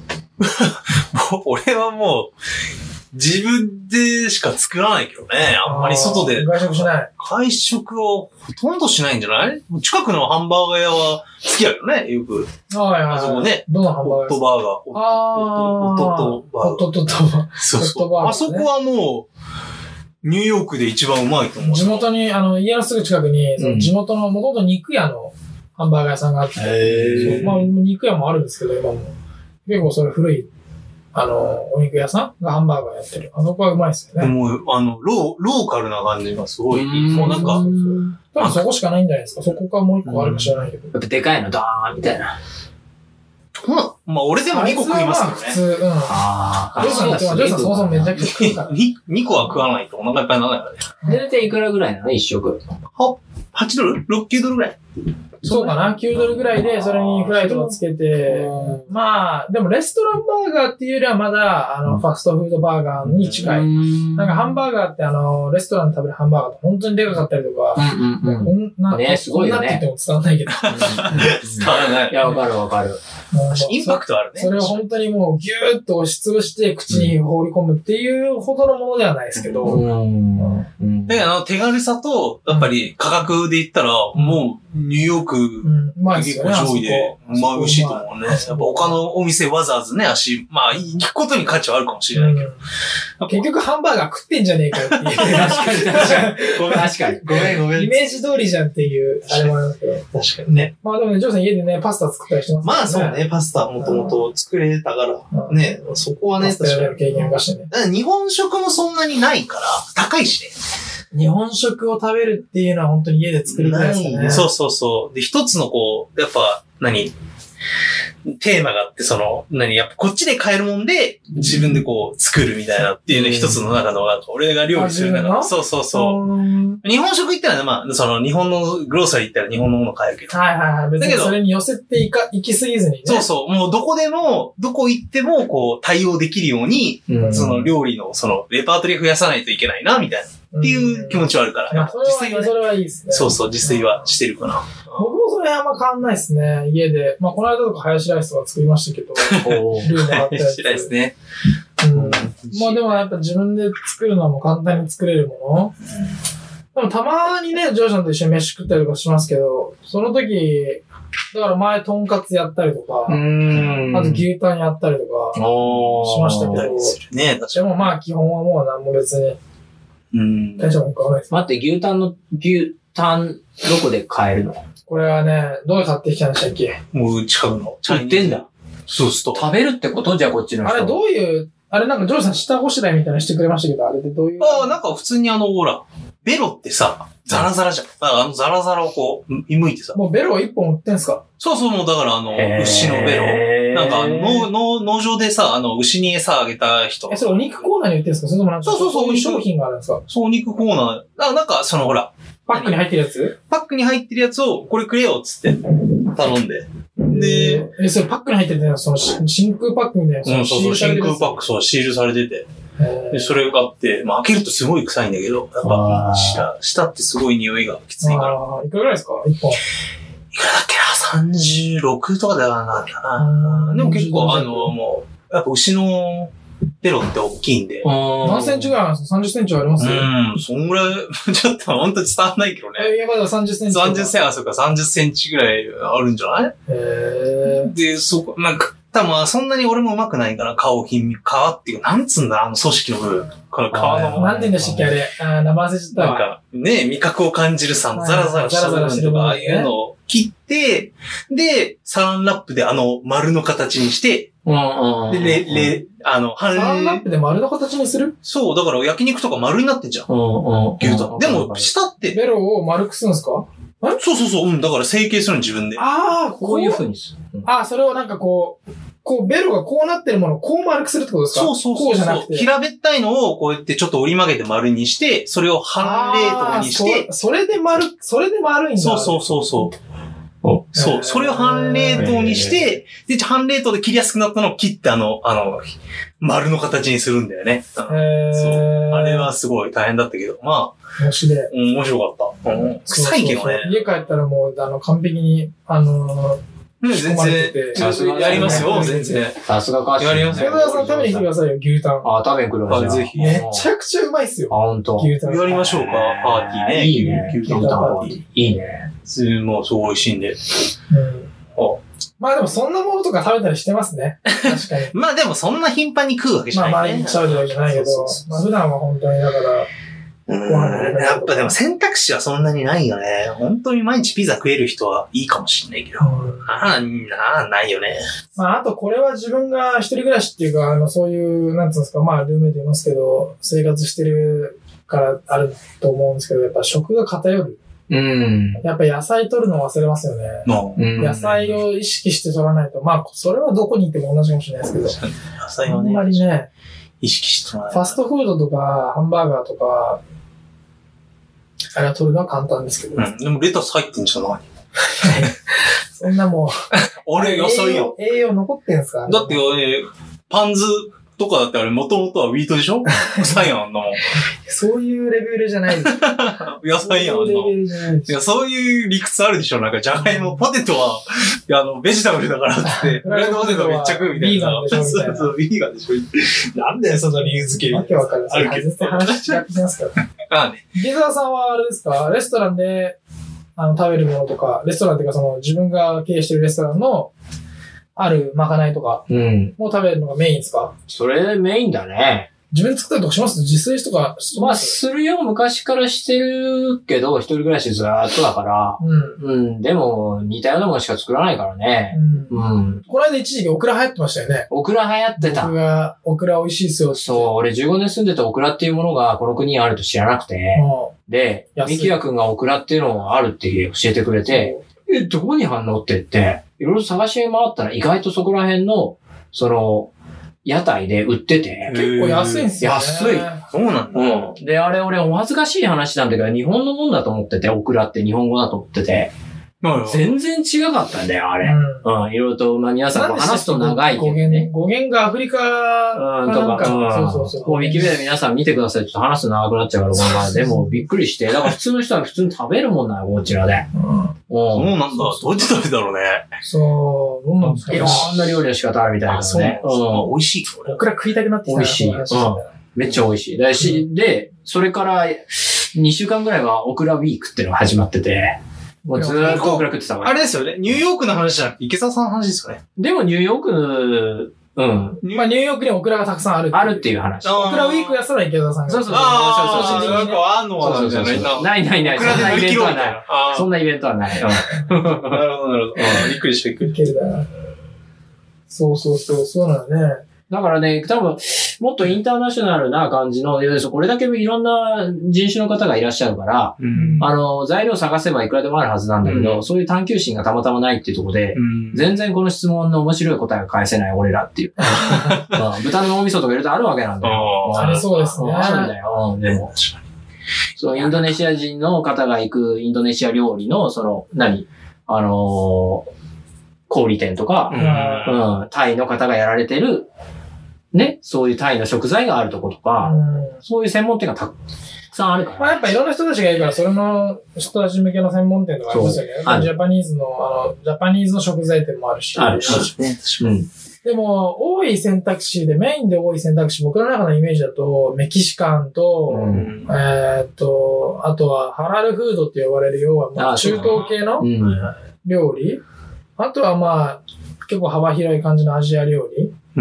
[SPEAKER 2] 俺はもう、自分でしか作らないけどね。あんまり外で。
[SPEAKER 1] 外食しない。
[SPEAKER 2] 外食はほとんどしないんじゃない？近くのハンバーガー屋は好きやけどね、よく。
[SPEAKER 1] はいはい。
[SPEAKER 2] あそこね。
[SPEAKER 1] どのハンバーガー？
[SPEAKER 2] ホットバーガー。
[SPEAKER 1] ああ。
[SPEAKER 2] ホットバーガー。
[SPEAKER 1] ホットトットバーガー。
[SPEAKER 2] そうそう。あそこはもう、ニューヨークで一番うまいと思う。
[SPEAKER 1] 地元に、あの、家のすぐ近くに、その地元の、もともと肉屋のハンバーガー屋さんがあって、
[SPEAKER 2] へ
[SPEAKER 1] まあ、肉屋もあるんですけど、今も。結構それ古い。あの、お肉屋さんがハンバーガーやってる。あそこはうまいですよね。
[SPEAKER 2] もう、あの、ロー、ローカルな感じがすごい。もうなんか、
[SPEAKER 1] 多分そこしかないんじゃないですか。そこかもう一個あるか知らないけど。
[SPEAKER 3] やっぱでかいの、ドーンみたいな。
[SPEAKER 2] まあ、まあ、俺でもにこ食いますけどね。
[SPEAKER 1] 普通、うん。ああ。ジョーさんって、ジョーさんそもそもめちゃくちゃ食うから。
[SPEAKER 2] にこは食わないとお腹いっぱいにならないからね。
[SPEAKER 3] で、大体いくらぐらいなの一食。
[SPEAKER 2] は、はちドル ?ろく、きゅうドルぐらい。
[SPEAKER 1] そうかな ?きゅうドルぐらいで、それにフライとかつけて、まあ、でもレストランバーガーっていうよりはまだ、あの、ファストフードバーガーに近い。なんかハンバーガーってあの、レストランで食べるハンバーガーって本当にでかかったりとか、
[SPEAKER 3] うんうんうん、
[SPEAKER 1] こんな、
[SPEAKER 3] ね、すごいよね。
[SPEAKER 1] こんなって言っても伝わらないけど。
[SPEAKER 2] 伝わらない。
[SPEAKER 3] いや、わかるわかる。
[SPEAKER 2] インパクトあるね。
[SPEAKER 1] それを本当にもうギューッと押しつぶして口に放り込むっていうほどのものではないですけど。
[SPEAKER 2] うんうん、だからあの手軽さと、やっぱり価格で言ったら、もうニューヨーク、結構上位で、まあ美味しいと思うね。やっぱ他のお店わざわざね、足、まあ行くことに価値はあるかもしれないけど。
[SPEAKER 1] うん、結局ハンバーガー食ってんじゃねえかよっていう。確
[SPEAKER 3] かに確かに。ごめん、確かに。ごめんごめん。
[SPEAKER 1] イメージ通りじゃんっていう、あれもありますけど。
[SPEAKER 2] 確かにね。
[SPEAKER 1] まあでもね、ジョーさん家でね、パスタ作ったりしてますね。
[SPEAKER 2] まあそうね、パスタもともと作れたから、ね、そこはね、
[SPEAKER 1] 確かに経験がしてね。
[SPEAKER 2] だから日本食もそんなにないから、高いしね。
[SPEAKER 1] 日本食を食べるっていうのは本当に家で作りたいですね。
[SPEAKER 2] そうそうそう。で、一つのこう、やっぱ、何テーマがあって、その、何やっぱこっちで買えるもんで、自分でこう、作るみたいなっていうね、一つの中の、なんか俺が料理する中の、そうそうそう。日本食行ったらね、まあ、その、日本のグローサリー行ったら日本のもの買えるけど。
[SPEAKER 1] はいはいはい。別にそれに寄せていか、行き過ぎずにね。
[SPEAKER 2] そうそう。もうどこでも、どこ行っても、こう、対応できるように、その料理の、その、レパートリー増やさないといけないな、みたいな。っていう気持ちはあるから。
[SPEAKER 1] 実際はね。それはいいですね。
[SPEAKER 2] そうそう、実際はしてるかな。
[SPEAKER 1] 僕もそれあんま変わんないですね、家で。まあ、この間とかハヤシライスとか作りましたけど。ルーもあったやつ。
[SPEAKER 2] ハヤシライスね。
[SPEAKER 1] うん。まあでもやっぱ自分で作るのはもう簡単に作れるもの。でもたまにね、ジョージさんと一緒に飯食ったりとかしますけど、その時、だから前トンカツやったりとか、あと牛タンやったりとかしましたけど、
[SPEAKER 2] ね、
[SPEAKER 1] でもまあ基本はもう何も別に、うん。大丈夫かないです。
[SPEAKER 3] 待って、牛タンの、牛タン、どこで買えるの？
[SPEAKER 1] これはね、どう買ってきたんでしたっけ？
[SPEAKER 2] もう近くの。
[SPEAKER 3] 売ってんだ。
[SPEAKER 2] そうすと。
[SPEAKER 3] 食べるってことじゃあこっちの人。
[SPEAKER 1] あれどういう、あれなんかジョージさん下ごしらえみたいなのしてくれましたけど、あれでどういう？
[SPEAKER 2] ああ、なんか普通にあの、ほら、ベロってさ、ザラザラじゃん。あのザラザラをこう、見向いてさ。
[SPEAKER 1] もうベロ一本売ってんすか？
[SPEAKER 2] そうそう、もうだからあの、牛のベロ。なんか、農、農、農場でさ、あの、牛に餌あげた人。
[SPEAKER 1] え、それお肉コーナーに売ってるんですか？それともなんか、
[SPEAKER 2] そうそうそう、
[SPEAKER 1] 商品があるんですか？
[SPEAKER 2] そう、お肉コーナー。なんか、そのほら、
[SPEAKER 1] パックに入ってるやつ？
[SPEAKER 2] パックに入ってるやつを、これくれよっつって頼んで。で、
[SPEAKER 1] え、それパックに入ってるのその真空パックみたいな。
[SPEAKER 2] うん、そうそう、真空パック、そう、シールされてて。で、それがあって、まあ開けるとすごい臭いんだけど、やっぱ、下、下ってすごい匂いがきついから。
[SPEAKER 1] ああ、いくらぐらいですか一本。
[SPEAKER 2] いくらだっけな ?さんじゅうろく とかだな、なんだな。でも結構、あの、もう、やっぱ牛のベロって大きいんで。
[SPEAKER 1] 何センチぐらいなんですか ?さんじゅっセンチはあります
[SPEAKER 2] うん、そんぐらい、ちょっと本当に伝わんないけどね。
[SPEAKER 1] いや、まださんじゅっセンチ。
[SPEAKER 2] さんじゅっセンチ、あ、そうか、さんじゅっセンチぐらいあるんじゃない
[SPEAKER 1] へー。
[SPEAKER 2] で、そこ、なんか、多分そんなに俺も上手くないから、顔品、皮っていうか、なんつうんだ、あの組織の部分。この皮の。
[SPEAKER 1] なんて言うんでしたっけ、あれ。あー、名前忘れちゃったわ。
[SPEAKER 2] なんか、ね、味覚を感じるさ、ザラザラした部分とか、ああいうのを切って、で、サランラップであの丸の形にして、で、れ、れ、あの、
[SPEAKER 1] サランラップで丸の形にする？
[SPEAKER 2] そう、だから焼肉とか丸になってんじゃん。牛タン。でも、下って。
[SPEAKER 1] ベロを丸くするんですか？
[SPEAKER 2] そうそうそう、うん、だから成形するの自分で。
[SPEAKER 1] ああ、
[SPEAKER 3] こういう風にする。
[SPEAKER 1] ああ、それをなんかこう、こう、ベロがこうなってるものをこう丸くするってことですか？
[SPEAKER 2] そうそうそう。
[SPEAKER 1] こうじゃなくて。
[SPEAKER 2] 平べったいのをこうやってちょっと折り曲げて丸にして、それを半冷凍にして。
[SPEAKER 1] そ, それで丸、それで丸いんだ。
[SPEAKER 2] そうそうそうそう。そう。それを半冷凍にして、で、半冷凍で切りやすくなったのを切ってあの、あの、丸の形にするんだよね。そう。あれはすごい大変だったけど、まあ。
[SPEAKER 1] 面白い。
[SPEAKER 2] 面白かった。うん。臭いけどね。
[SPEAKER 1] 家帰ったらもう、あの、完璧に、あの、
[SPEAKER 2] 全然、やりますよ、全然。
[SPEAKER 3] さすがかし。
[SPEAKER 2] やります
[SPEAKER 1] よ。山田さん食べに来てくださいよ、牛タン。
[SPEAKER 3] あ、食べに来るわ、
[SPEAKER 2] ぜひ。
[SPEAKER 1] めちゃくちゃうまいっすよ。
[SPEAKER 3] あ、ほんと。
[SPEAKER 1] 牛タン。
[SPEAKER 2] やりましょうか、パーティーね。
[SPEAKER 3] いいね。
[SPEAKER 2] 牛タンパーティー。
[SPEAKER 3] いいね。
[SPEAKER 2] もうすごい美味しいんで。うん。
[SPEAKER 1] まあでもそんなものとか食べたりしてますね。確かに。
[SPEAKER 2] まあでもそんな頻繁に食うわけじゃないね。
[SPEAKER 1] まあ毎日食べてるわけじゃないけど、まあ普段は本当にだから、
[SPEAKER 2] うん、やっぱでも選択肢はそんなにないよね。本当に毎日ピザ食える人はいいかもしれないけど。うん、ああ、なあ、ないよね。
[SPEAKER 1] まああとこれは自分が一人暮らしっていうか、あの、そういう、なんつうんですか、まあルーメイトいますけど、生活してるからあると思うんですけど、やっぱ食が偏る。
[SPEAKER 3] うん。
[SPEAKER 1] やっぱ野菜取るの忘れますよね。うん、野菜を意識して取らないと、まあそれはどこに行っても同じかもしれないですけど。
[SPEAKER 2] 野菜をね。
[SPEAKER 1] あんまりね、
[SPEAKER 2] 意識して取らない。
[SPEAKER 1] ファストフードとかハンバーガーとか、あれは取るのは簡単ですけど。
[SPEAKER 2] うん。でもレタス入ってんじゃない
[SPEAKER 1] そんなもう。
[SPEAKER 2] 俺野菜よ。
[SPEAKER 1] 栄養残ってんすか？
[SPEAKER 2] だって、えパン酢とかだってあれ元々はウィートでしょ臭いやん、あんなもん。
[SPEAKER 1] そういうレベルじゃないです。
[SPEAKER 2] 野菜やん、あんなもん。いや、そういう理屈あるでしょなんか、じゃがいも、ポテトは、あの、ベジタブルだからって、フライドポテトめっちゃ食うみたいな。
[SPEAKER 1] ビーガンでしょみたいな。
[SPEAKER 2] そうそう、ビーガンでしょ。なんだよ、そんな理由付け。
[SPEAKER 1] わけわかる。あるけど。全然話違ってきますから。
[SPEAKER 2] ああね。
[SPEAKER 1] 池澤さんはあれですかレストランで、あの、食べるものとか、レストランっていうかその、自分が経営してるレストランの、あるまかないとか、うん。もう食べるのがメインですか？
[SPEAKER 3] それメインだね。
[SPEAKER 1] 自分で作ったりとかします自炊とかし
[SPEAKER 3] まあ、するよ。昔からしてるけど、一人暮らしずーっとだから。うん。うん。でも、似たようなものしか作らないからね。うん。うん。
[SPEAKER 1] この間一時期オクラ流行ってましたよね。
[SPEAKER 3] オクラ流行ってた。
[SPEAKER 1] 僕が、オクラ美味しいっすよって。
[SPEAKER 3] そう。俺じゅうごねん住んでたオクラっていうものがこの国にあると知らなくて。うん、で、ミキヤ君がオクラっていうのがあるって教えてくれて、え、どこにあんのって言って、いろいろ探し回ったら意外とそこら辺の、その、屋台で売ってて。
[SPEAKER 1] 結構安いんすよね。
[SPEAKER 3] 安い。
[SPEAKER 2] そうなんだ。
[SPEAKER 3] うん。で、あれ俺お恥ずかしい話なんだけど、日本のもんだと思ってて、オクラって日本語だと思ってて。全然違かったんだよ、あれ。うん。うん、いろいろと、まあ、皆さんこう話すと長いけどね。
[SPEAKER 1] 語源がアフリカ、
[SPEAKER 3] うん、とか、うん。そうそうそう。こう、ウィキペディア皆さん見てください。ちょっと話すと長くなっちゃうから、まあ、でもびっくりして。だから普通の人は普通に食べるもんなよ、こちらで。
[SPEAKER 2] うん。そうなんだ。どうやって食べたろうね。
[SPEAKER 1] そう、どんなんですか？
[SPEAKER 3] いろんな料理の仕方あるみたいなね。
[SPEAKER 2] そう。うん。美味しい。
[SPEAKER 1] オクラ食いたくなってきた。
[SPEAKER 3] 美味しい。うん。めっちゃ美味しい。だし、で、それからにしゅうかんぐらいはオクラウィークっていうのが始まってて、もうずーっとオクラ食ってたから。
[SPEAKER 2] あれですよね。ニューヨークの話じゃなくて池澤さんの話ですよね。
[SPEAKER 3] でもニューヨーク、うん。
[SPEAKER 1] まあニューヨークにオクラがたくさんある。
[SPEAKER 3] あるっていう話。
[SPEAKER 1] オクラウィークやったら池澤さんが。
[SPEAKER 3] そうそうそう。
[SPEAKER 2] ああ、そうそうそう。なんかあんのはなんじゃないな。
[SPEAKER 3] ないないない。そんなイベントはない。そんなイベントはない。
[SPEAKER 2] なるほどなるほど。びっくりしたびっくりした。
[SPEAKER 1] そうそうそう、そうなんだね。
[SPEAKER 3] だからね、多分、もっとインターナショナルな感じの、これだけいろんな人種の方がいらっしゃるから、うん、あの、材料探せばいくらでもあるはずなんだけど、うん、そういう探求心がたまたまないっていうところで、うん、全然この質問の面白い答えが返せない俺らっていう。豚の脳みそとか入れるとあるわけなんだよ。
[SPEAKER 1] ありそうですね。
[SPEAKER 3] あるんだよ。でも。 そのインドネシア人の方が行くインドネシア料理の、その、何あのー、小売店とか、うんうん、タイの方がやられてる、ね、そういうタイの食材があるところとか、うん、そういう専門店がたくさんあるから。
[SPEAKER 1] まあやっぱいろんな人たちがいるから、それの人たち向けの専門店とかありますよね。ジャパニーズの、あの、ジャパニーズの食材店もあるし。
[SPEAKER 3] あるし。ね、確かに。
[SPEAKER 1] でも、多い選択肢で、メインで多い選択肢、僕の中のイメージだと、メキシカンと、うん、えー、っと、あとはハラルフードって呼ばれる要は、まあ、中東系の料理、うん、あとはまあ、結構幅広い感じのアジア料理。
[SPEAKER 2] うん。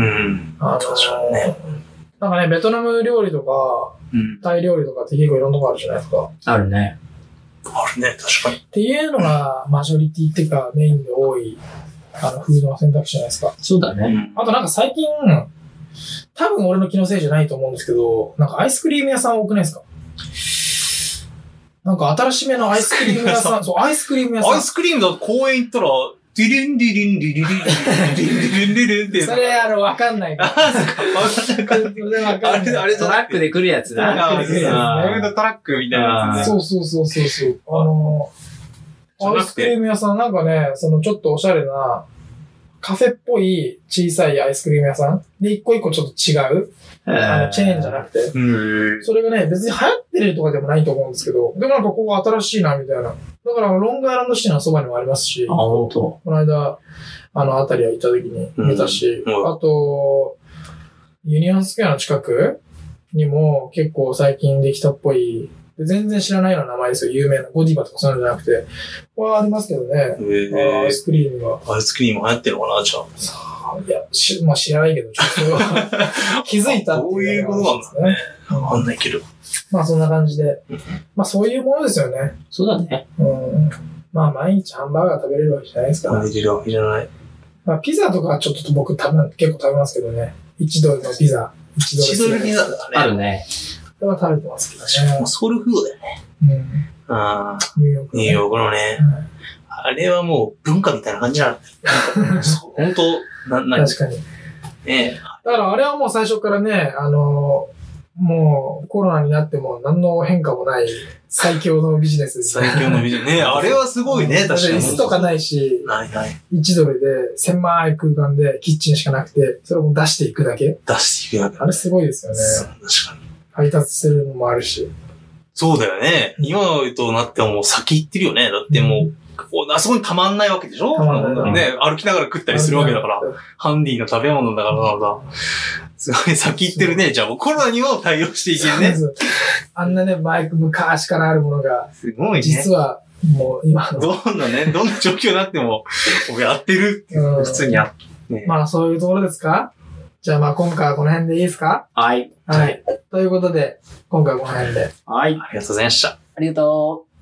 [SPEAKER 1] あの、ね、なんかね、ベトナム料理とか、うん、タイ料理とかって結構いろんなとこあるじゃないですか。
[SPEAKER 3] あるね。
[SPEAKER 2] あるね、確かに。
[SPEAKER 1] っていうのが、マジョリティっていうか、メインで多い。あの、フードの選択肢じゃないですか。
[SPEAKER 3] そうだね。
[SPEAKER 1] あとなんか最近、多分俺の気のせいじゃないと思うんですけど、なんかアイスクリーム屋さん多くないですか？なんか新しめのアイスクリーム屋さん、そう、アイスクリーム屋さん。
[SPEAKER 2] アイスクリームだと公園行ったら、ディリンディリンディリリンディリンディリンディリンって。
[SPEAKER 1] それ、あの、わかんないから。あ、そっか、わかんない。
[SPEAKER 3] あれ、トラックで来るやつだ。
[SPEAKER 1] トラックで来るやつ。
[SPEAKER 2] フードトラックみたいなやつ
[SPEAKER 1] ね。そうそうそうそうそう。あの、アイスクリーム屋さん、なんかね、そのちょっとおしゃれな、カフェっぽい小さいアイスクリーム屋さんで、一個一個ちょっと違う。あの、チェーンじゃなくて。それがね、別に流行ってるとかでもないと思うんですけど、でもなんかここ新しいな、みたいな。だから、ロングアイランドシティのそばにもありますし、
[SPEAKER 3] あ、本当。
[SPEAKER 1] この間、あの、あたりは行った時に見たし、うんうん、あと、ユニオンスクエアの近くにも結構最近できたっぽい、全然知らないような名前ですよ。有名な。ゴディバとかそういうのじゃなくて。これはありますけどね。アイスクリームが。
[SPEAKER 2] アイスクリーム流行ってるのかな、じゃあ。
[SPEAKER 1] さあ、いや、し、まあ知らないけど、ちょっとそれは気づいたっていう。
[SPEAKER 2] そういうことなんですね。わかんないけど。
[SPEAKER 1] まあそんな感じで。まあそういうものですよね。
[SPEAKER 3] そうだね。
[SPEAKER 1] うん。まあ毎日ハンバーガー食べれるわけじゃないですか。
[SPEAKER 2] 食べれるわけじゃない。
[SPEAKER 1] まあピザとかはちょっと僕多分結構食べますけどね。いちドルのピザ。
[SPEAKER 2] いちドルピザだね。
[SPEAKER 3] あるね。
[SPEAKER 1] それは食べてますけどね。
[SPEAKER 2] ソウルフードだよね。
[SPEAKER 1] うん。
[SPEAKER 2] ああ。
[SPEAKER 1] ニューヨーク、
[SPEAKER 2] ね。ニューヨークのね。うん、あれはもう文化みたいな感じなの。本当な、な
[SPEAKER 1] 確かに。
[SPEAKER 2] ねえ。
[SPEAKER 1] だからあれはもう最初からね、あのー、もうコロナになっても何の変化もない最強のビジネスです、
[SPEAKER 2] ね。最強のビジネス。ねあれはすごいね、確かに。
[SPEAKER 1] 椅子とかないし、
[SPEAKER 2] ないない。
[SPEAKER 1] いちドルで狭い空間でキッチンしかなくて、それを出していくだけ。
[SPEAKER 2] 出していくだけ。
[SPEAKER 1] あれすごいですよね。
[SPEAKER 2] 確かに。
[SPEAKER 1] 配達するのもあるし。
[SPEAKER 2] そうだよね。今となってはもう先行ってるよね。だってもう、うん、あそこにたまんないわけでしょたまんないね。歩きながら食ったりするわけだから。ハンディの食べ物だからさ。すごい先行ってるね。じゃあもうコロナにも対応していけるね。
[SPEAKER 1] あんなね、マイク昔からあるものが。
[SPEAKER 2] すごいね。
[SPEAKER 1] 実は、もう今の。
[SPEAKER 2] どんなね、どんな状況になっても、やってるって、普通にやって、ね。
[SPEAKER 1] まあそういうところですか？じゃあまあ今回はこの辺でいいですか？
[SPEAKER 3] はい。
[SPEAKER 1] はい。ということで、今回はこの辺で。
[SPEAKER 3] はい。
[SPEAKER 2] ありがとうございました。
[SPEAKER 3] ありがとう。